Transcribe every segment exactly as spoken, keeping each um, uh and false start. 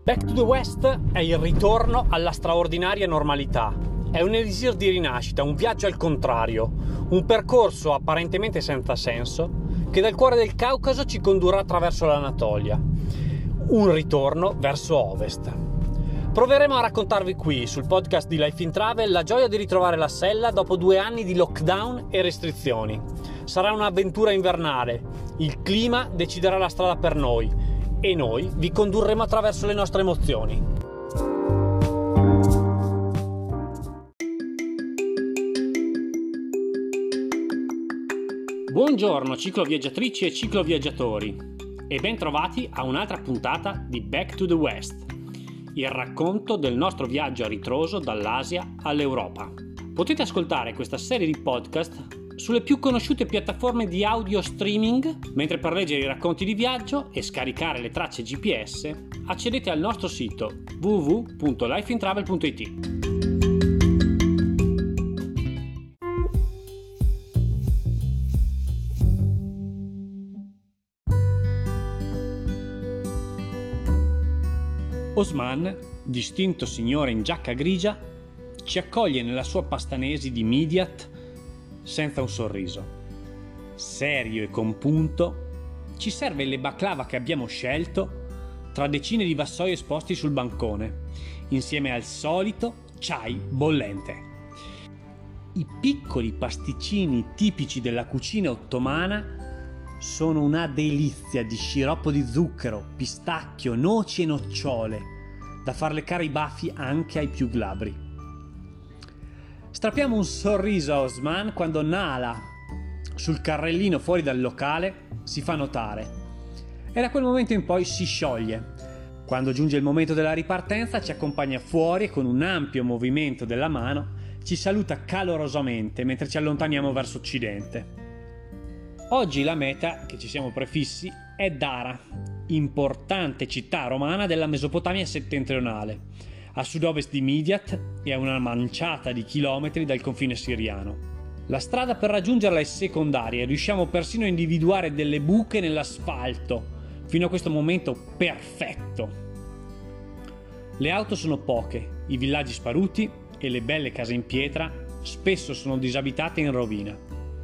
Back to the West è il ritorno alla straordinaria normalità. È un elisir di rinascita, un viaggio al contrario, un percorso apparentemente senza senso che dal cuore del Caucaso ci condurrà attraverso l'Anatolia. Un ritorno verso ovest. Proveremo a raccontarvi qui, sul podcast di Life in Travel, la gioia di ritrovare la sella dopo due anni di lockdown e restrizioni. Sarà un'avventura invernale. Il clima deciderà la strada per noi e noi vi condurremo attraverso le nostre emozioni. Buongiorno cicloviaggiatrici e cicloviaggiatori e ben trovati a un'altra puntata di Back to the West, il racconto del nostro viaggio a ritroso dall'Asia all'Europa. Potete ascoltare questa serie di podcast sulle più conosciute piattaforme di audio streaming, mentre per leggere i racconti di viaggio e scaricare le tracce G P S accedete al nostro sito w w w punto life in travel punto i t. Osman, distinto signore in giacca grigia, ci accoglie nella sua Pastanesi di Midyat senza un sorriso. Serio e compunto, ci serve le baklava che abbiamo scelto tra decine di vassoi esposti sul bancone, insieme al solito chai bollente. I piccoli pasticcini tipici della cucina ottomana sono una delizia di sciroppo di zucchero, pistacchio, noci e nocciole, da far leccare i baffi anche ai più glabri. Strappiamo un sorriso a Osman quando Nala, sul carrellino fuori dal locale, si fa notare e da quel momento in poi si scioglie. Quando giunge il momento della ripartenza ci accompagna fuori e con un ampio movimento della mano ci saluta calorosamente mentre ci allontaniamo verso occidente. Oggi la meta che ci siamo prefissi è Dara, importante città romana della Mesopotamia settentrionale, a sud-ovest di Midyat e a una manciata di chilometri dal confine siriano. La strada per raggiungerla è secondaria e riusciamo persino a individuare delle buche nell'asfalto, fino a questo momento perfetto. Le auto sono poche, i villaggi sparuti e le belle case in pietra spesso sono disabitate e in rovina.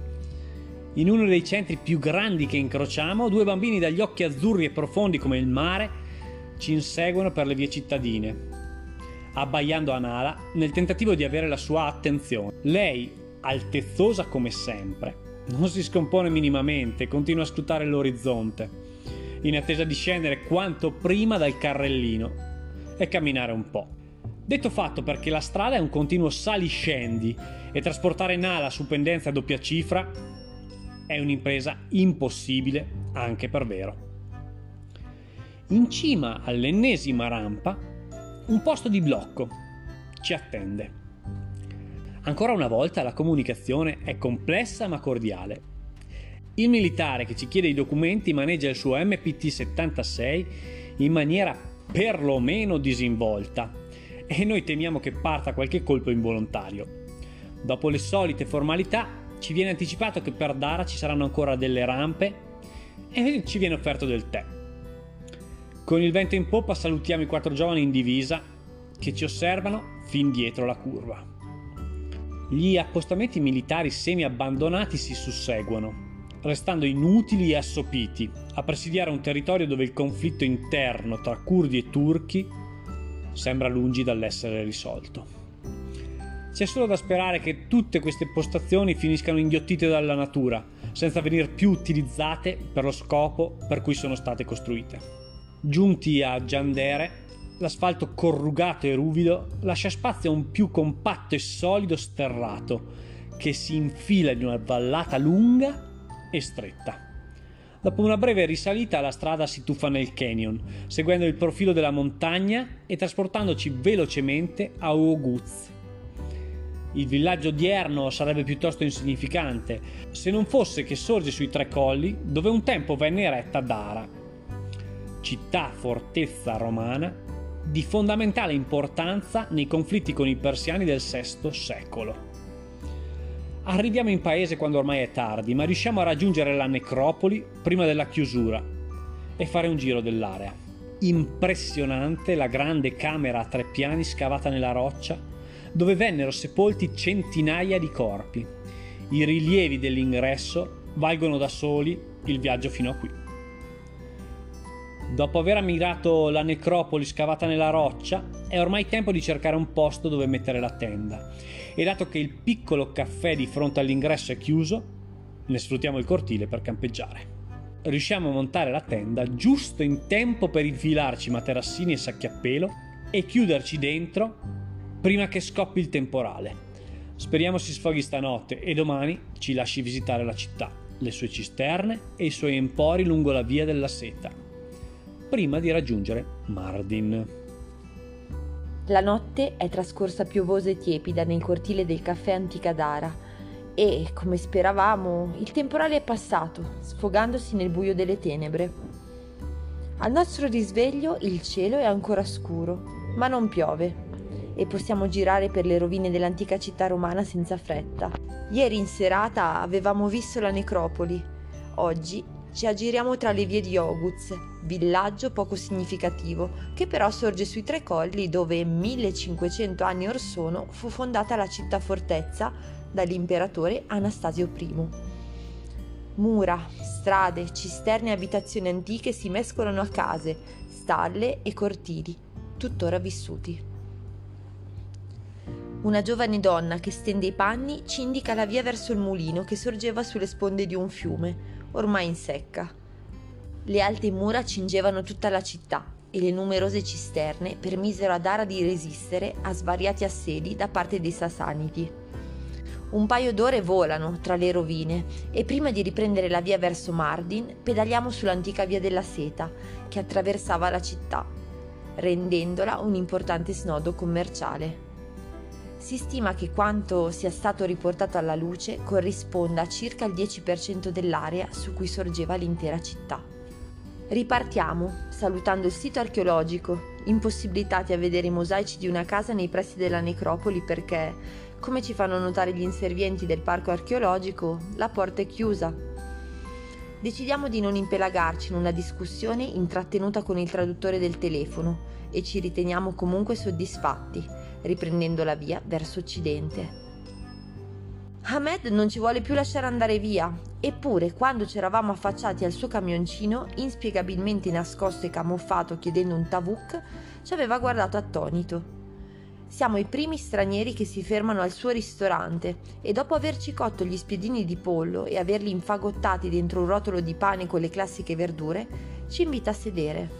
In uno dei centri più grandi che incrociamo, due bambini dagli occhi azzurri e profondi come il mare ci inseguono per le vie cittadine, abbaiando a Nala nel tentativo di avere la sua attenzione. Lei, altezzosa come sempre, non si scompone minimamente e continua a scrutare l'orizzonte, in attesa di scendere quanto prima dal carrellino e camminare un po'. Detto fatto, perché la strada è un continuo sali-scendi e trasportare Nala su pendenze a doppia cifra è un'impresa impossibile anche per vero. In cima all'ennesima rampa un posto di blocco ci attende. Ancora una volta la comunicazione è complessa ma cordiale. Il militare che ci chiede i documenti maneggia il suo M P T settantasei in maniera perlomeno disinvolta e noi temiamo che parta qualche colpo involontario. Dopo le solite formalità ci viene anticipato che per Dara ci saranno ancora delle rampe e ci viene offerto del tè. Con il vento in poppa salutiamo i quattro giovani in divisa che ci osservano fin dietro la curva. Gli appostamenti militari semi-abbandonati si susseguono, restando inutili e assopiti a presidiare un territorio dove il conflitto interno tra curdi e turchi sembra lungi dall'essere risolto. C'è solo da sperare che tutte queste postazioni finiscano inghiottite dalla natura, senza venir più utilizzate per lo scopo per cui sono state costruite. Giunti a Giandere, l'asfalto corrugato e ruvido lascia spazio a un più compatto e solido sterrato che si infila in una vallata lunga e stretta. Dopo una breve risalita la strada si tuffa nel canyon, seguendo il profilo della montagna e trasportandoci velocemente a Oguz. Il villaggio odierno sarebbe piuttosto insignificante se non fosse che sorge sui tre colli dove un tempo venne eretta Dara, città fortezza romana di fondamentale importanza nei conflitti con i persiani del sesto secolo. Arriviamo in paese quando ormai è tardi, ma riusciamo a raggiungere la necropoli prima della chiusura e fare un giro dell'area. impressionante la grande camera a tre piani scavata nella roccia, dove vennero sepolti centinaia di corpi. I rilievi dell'ingresso valgono da soli il viaggio fino a qui. Dopo aver ammirato la necropoli scavata nella roccia, è ormai tempo di cercare un posto dove mettere la tenda. E dato che il piccolo caffè di fronte all'ingresso è chiuso, ne sfruttiamo il cortile per campeggiare. Riusciamo a montare la tenda giusto in tempo per infilarci materassini e sacchi a pelo e chiuderci dentro prima che scoppi il temporale. Speriamo si sfoghi stanotte e domani ci lasci visitare la città, le sue cisterne e i suoi empori lungo la via della seta, prima di raggiungere Mardin. La notte è trascorsa piovosa e tiepida nel cortile del caffè Anticadara e, come speravamo, il temporale è passato, sfogandosi nel buio delle tenebre. Al nostro risveglio il cielo è ancora scuro, ma non piove e possiamo girare per le rovine dell'antica città romana senza fretta. Ieri in serata avevamo visto la necropoli, oggi ci aggiriamo tra le vie di Oguz, villaggio poco significativo, che però sorge sui tre colli dove millecinquecento anni or sono fu fondata la città-fortezza dall'imperatore Anastasio primo. Mura, strade, cisterne e abitazioni antiche si mescolano a case, stalle e cortili, tuttora vissuti. Una giovane donna che stende i panni ci indica la via verso il mulino che sorgeva sulle sponde di un fiume, ormai in secca. Le alte mura cingevano tutta la città e le numerose cisterne permisero ad Ara di resistere a svariati assedi da parte dei Sasanidi. Un paio d'ore volano tra le rovine e prima di riprendere la via verso Mardin pedaliamo sull'antica via della seta che attraversava la città, rendendola un importante snodo commerciale. Si stima che quanto sia stato riportato alla luce corrisponda a circa il dieci per cento dell'area su cui sorgeva l'intera città. Ripartiamo, salutando il sito archeologico, impossibilitati a vedere i mosaici di una casa nei pressi della necropoli perché, come ci fanno notare gli inservienti del parco archeologico, la porta è chiusa. Decidiamo di non impelagarci in una discussione intrattenuta con il traduttore del telefono e ci riteniamo comunque soddisfatti, riprendendo la via verso occidente. Ahmed non ci vuole più lasciare andare via, eppure quando ci eravamo affacciati al suo camioncino, inspiegabilmente nascosto e camuffato chiedendo un tavuk, ci aveva guardato attonito. Siamo i primi stranieri che si fermano al suo ristorante e dopo averci cotto gli spiedini di pollo e averli infagottati dentro un rotolo di pane con le classiche verdure, ci invita a sedere.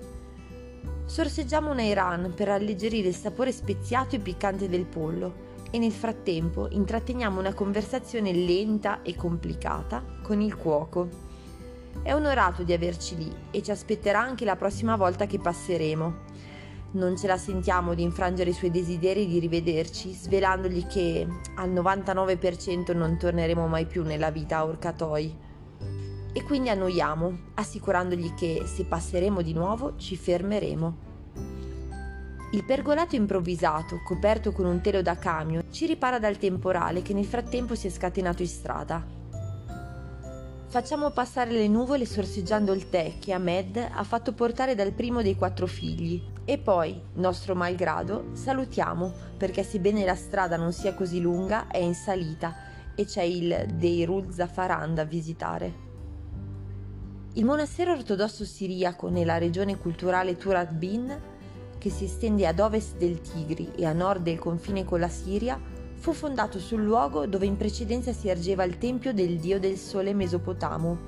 Sorseggiamo un Ayran per alleggerire il sapore speziato e piccante del pollo e nel frattempo intratteniamo una conversazione lenta e complicata con il cuoco. È onorato di averci lì e ci aspetterà anche la prossima volta che passeremo. Non ce la sentiamo di infrangere i suoi desideri di rivederci, svelandogli che al novantanove per cento non torneremo mai più nella vita a Orcatoi. E quindi annoiamo, assicurandogli che se passeremo di nuovo ci fermeremo. Il pergolato improvvisato, coperto con un telo da camion, ci ripara dal temporale che nel frattempo si è scatenato in strada. Facciamo passare le nuvole sorseggiando il tè che Ahmed ha fatto portare dal primo dei quattro figli e poi, nostro malgrado, salutiamo perché sebbene la strada non sia così lunga è in salita e c'è il Deirul Zafaran da visitare. Il monastero ortodosso siriaco nella regione culturale Turat Bin, che si estende ad ovest del Tigri e a nord del confine con la Siria, fu fondato sul luogo dove in precedenza si ergeva il tempio del dio del sole Mesopotamo.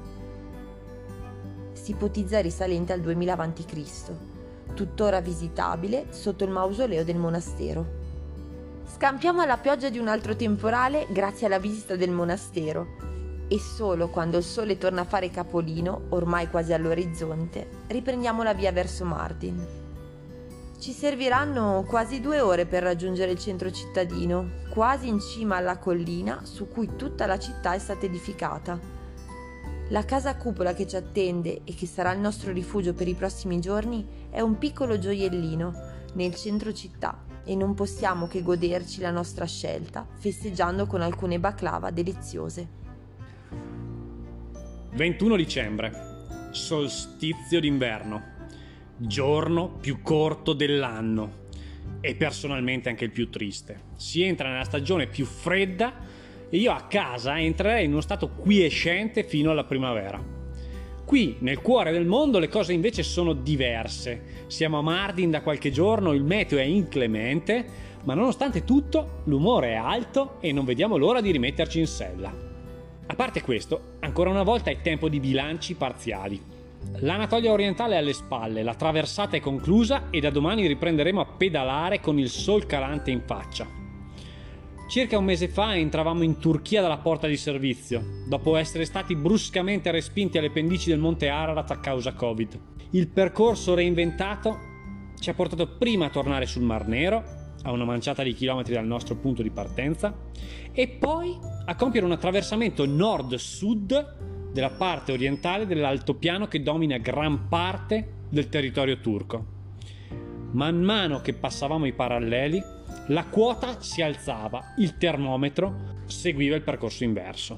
Si ipotizza risalente al duemila avanti Cristo, tuttora visitabile sotto il mausoleo del monastero. Scampiamo alla pioggia di un altro temporale grazie alla visita del monastero e solo quando il sole torna a fare capolino, ormai quasi all'orizzonte, riprendiamo la via verso Mardin. Ci serviranno quasi due ore per raggiungere il centro cittadino, quasi in cima alla collina su cui tutta la città è stata edificata. La casa a cupola che ci attende e che sarà il nostro rifugio per i prossimi giorni è un piccolo gioiellino nel centro città e non possiamo che goderci la nostra scelta festeggiando con alcune baklava deliziose. ventuno dicembre, solstizio d'inverno. giorno più corto dell'anno e personalmente anche il più triste. Si entra nella stagione più fredda e io a casa entrerei in uno stato quiescente fino alla primavera. Qui, nel cuore del mondo, le cose invece sono diverse. Siamo a Mardin da qualche giorno, il meteo è inclemente, ma nonostante tutto l'umore è alto e non vediamo l'ora di rimetterci in sella. A parte questo, ancora una volta è tempo di bilanci parziali. L'Anatolia orientale è alle spalle, la traversata è conclusa e da domani riprenderemo a pedalare con il sol calante in faccia. Circa un mese fa entravamo in Turchia dalla porta di servizio, dopo essere stati bruscamente respinti alle pendici del monte Ararat a causa Covid. Il percorso reinventato ci ha portato prima a tornare sul Mar Nero, a una manciata di chilometri dal nostro punto di partenza, e poi a compiere un attraversamento nord-sud della parte orientale dell'altopiano che domina gran parte del territorio turco. Man mano che passavamo i paralleli, la quota si alzava, il termometro seguiva il percorso inverso.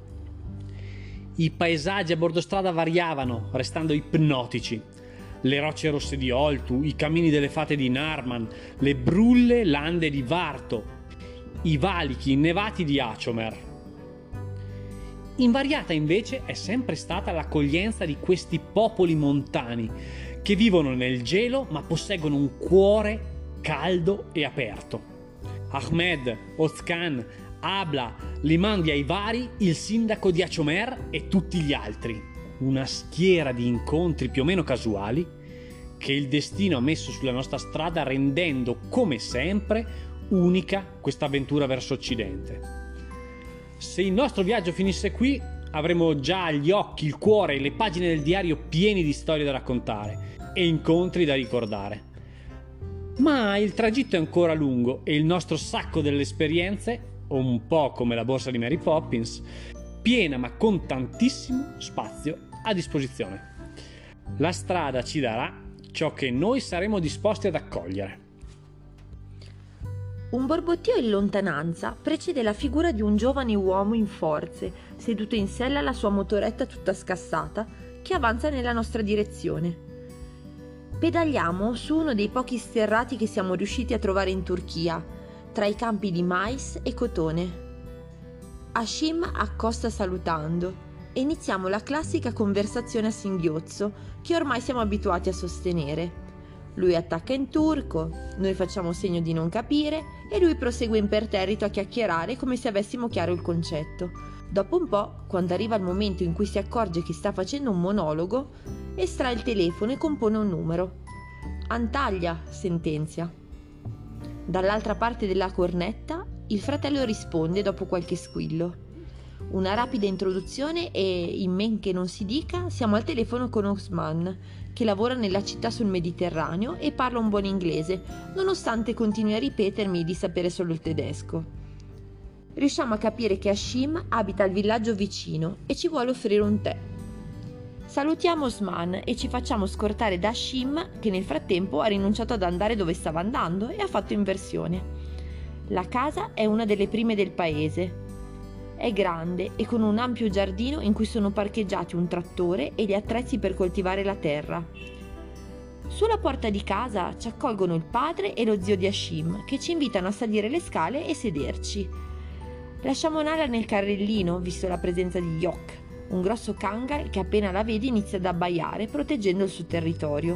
I paesaggi a bordo strada variavano, restando ipnotici. Le rocce rosse di Oltu, i cammini delle fate di Narman, le brulle lande di Varto, i valichi innevati di Achomer. Invariata invece è sempre stata l'accoglienza di questi popoli montani che vivono nel gelo ma posseggono un cuore caldo e aperto. Ahmed, Ozkan, Abla, Liman Diaivari, il sindaco di Achomer e tutti gli altri. Una schiera di incontri più o meno casuali che il destino ha messo sulla nostra strada, rendendo come sempre unica questa avventura verso occidente. Se il nostro viaggio finisse qui, avremmo già gli occhi, il cuore e le pagine del diario pieni di storie da raccontare e incontri da ricordare. Ma il tragitto è ancora lungo e il nostro sacco delle esperienze, un po' come la borsa di Mary Poppins, piena ma con tantissimo spazio a disposizione. La strada ci darà ciò che noi saremo disposti ad accogliere. Un borbottio in lontananza precede la figura di un giovane uomo in forze, seduto in sella alla sua motoretta tutta scassata, che avanza nella nostra direzione. Pedaliamo su uno dei pochi sterrati che siamo riusciti a trovare in Turchia, tra i campi di mais e cotone. Hashim accosta salutando e iniziamo la classica conversazione a singhiozzo che ormai siamo abituati a sostenere. Lui attacca in turco, noi facciamo segno di non capire e lui prosegue imperterrito a chiacchierare come se avessimo chiaro il concetto. Dopo un po', quando arriva il momento in cui si accorge che sta facendo un monologo, estrae il telefono e compone un numero. Antalya, sentenzia. Dall'altra parte della cornetta, il fratello risponde dopo qualche squillo. Una rapida introduzione e, in men che non si dica, siamo al telefono con Osman, che lavora nella città sul Mediterraneo e parla un buon inglese, nonostante continui a ripetermi di sapere solo il tedesco. Riusciamo a capire che Hashim abita al villaggio vicino e ci vuole offrire un tè. Salutiamo Osman e ci facciamo scortare da Hashim, che nel frattempo ha rinunciato ad andare dove stava andando e ha fatto inversione. La casa è una delle prime del paese. È grande e con un ampio giardino in cui sono parcheggiati un trattore e gli attrezzi per coltivare la terra. Sulla porta di casa ci accolgono il padre e lo zio di Hashim, che ci invitano a salire le scale e sederci. Lasciamo Nala nel carrellino, visto la presenza di Yok, un grosso kangal che appena la vede inizia ad abbaiare, proteggendo il suo territorio.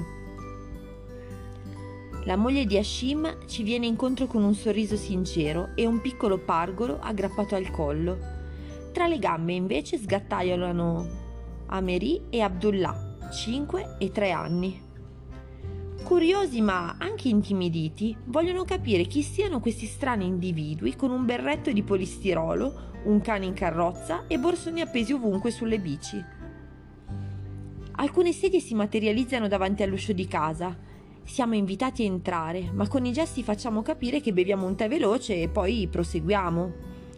La moglie di Hashim ci viene incontro con un sorriso sincero e un piccolo pargolo aggrappato al collo. Tra le gambe invece sgattaiolano Ameri e Abdullah, cinque e tre anni. Curiosi ma anche intimiditi, vogliono capire chi siano questi strani individui con un berretto di polistirolo, un cane in carrozza e borsoni appesi ovunque sulle bici. Alcune sedie si materializzano davanti all'uscio di casa. Siamo invitati a entrare, ma con i gesti facciamo capire che beviamo un tè veloce e poi proseguiamo.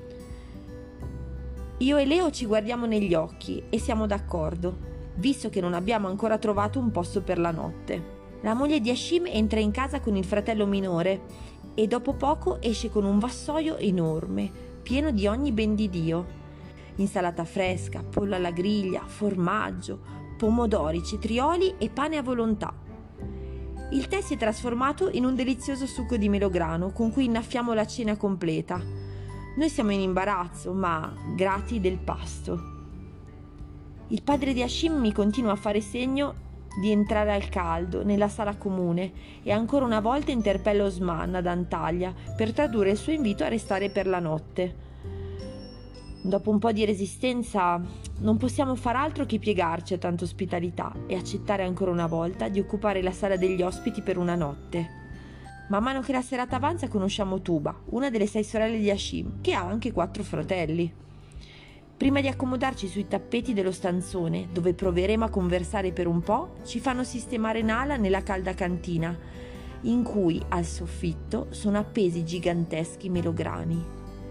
Io e Leo ci guardiamo negli occhi e siamo d'accordo, visto che non abbiamo ancora trovato un posto per la notte. La moglie di Hashim entra in casa con il fratello minore e dopo poco esce con un vassoio enorme, pieno di ogni ben di Dio. Insalata fresca, pollo alla griglia, formaggio, pomodori, cetrioli e pane a volontà. Il tè si è trasformato in un delizioso succo di melograno con cui innaffiamo la cena completa. Noi siamo in imbarazzo, ma grati del pasto. Il padre di Hashim mi continua a fare segno di entrare al caldo nella sala comune e ancora una volta interpella Osman ad Antalya per tradurre il suo invito a restare per la notte. Dopo un po' di resistenza non possiamo far altro che piegarci a tanta ospitalità e accettare ancora una volta di occupare la sala degli ospiti per una notte. Man mano che la serata avanza conosciamo Tuba, una delle sei sorelle di Hashim, che ha anche quattro fratelli. Prima di accomodarci sui tappeti dello stanzone, dove proveremo a conversare per un po', ci fanno sistemare Nala nella calda cantina, in cui al soffitto sono appesi giganteschi melograni.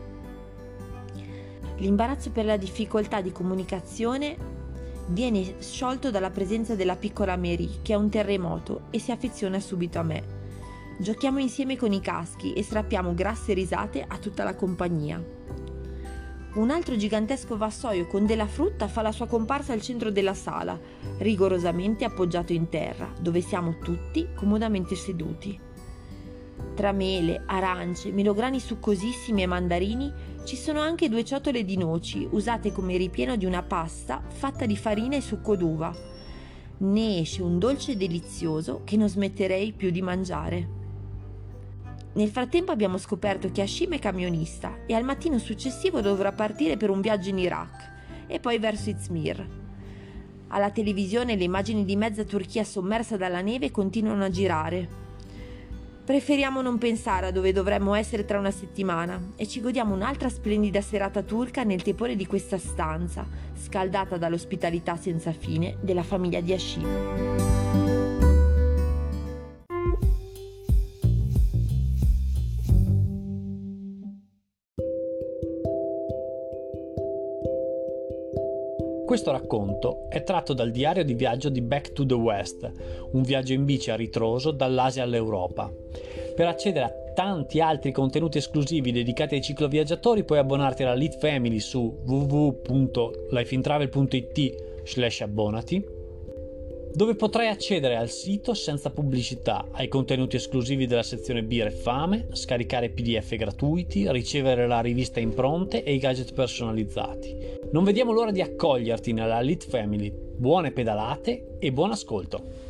L'imbarazzo per la difficoltà di comunicazione viene sciolto dalla presenza della piccola Mary, che ha un terremoto e si affeziona subito a me. Giochiamo insieme con i caschi e strappiamo grasse risate a tutta la compagnia. Un altro gigantesco vassoio con della frutta fa la sua comparsa al centro della sala, rigorosamente appoggiato in terra, dove siamo tutti comodamente seduti. Tra mele, arance, melograni succosissimi e mandarini ci sono anche due ciotole di noci, usate come ripieno di una pasta fatta di farina e succo d'uva. Ne esce un dolce delizioso che non smetterei più di mangiare. Nel frattempo abbiamo scoperto che Hashim è camionista e al mattino successivo dovrà partire per un viaggio in Iraq e poi verso Izmir. Alla televisione le immagini di mezza Turchia sommersa dalla neve continuano a girare. Preferiamo non pensare a dove dovremmo essere tra una settimana e ci godiamo un'altra splendida serata turca nel tepore di questa stanza, scaldata dall'ospitalità senza fine della famiglia di Hashim. Questo racconto è tratto dal diario di viaggio di Back to the West, un viaggio in bici a ritroso dall'Asia all'Europa. Per accedere a tanti altri contenuti esclusivi dedicati ai cicloviaggiatori puoi abbonarti alla Lit Family su w w w punto lifeintravel punto i t slash abbonati, dove potrai accedere al sito senza pubblicità, ai contenuti esclusivi della sezione Birra e Fame, scaricare P D F gratuiti, ricevere la rivista impronte e i gadget personalizzati. Non vediamo l'ora di accoglierti nella Lit Family. Buone pedalate e buon ascolto!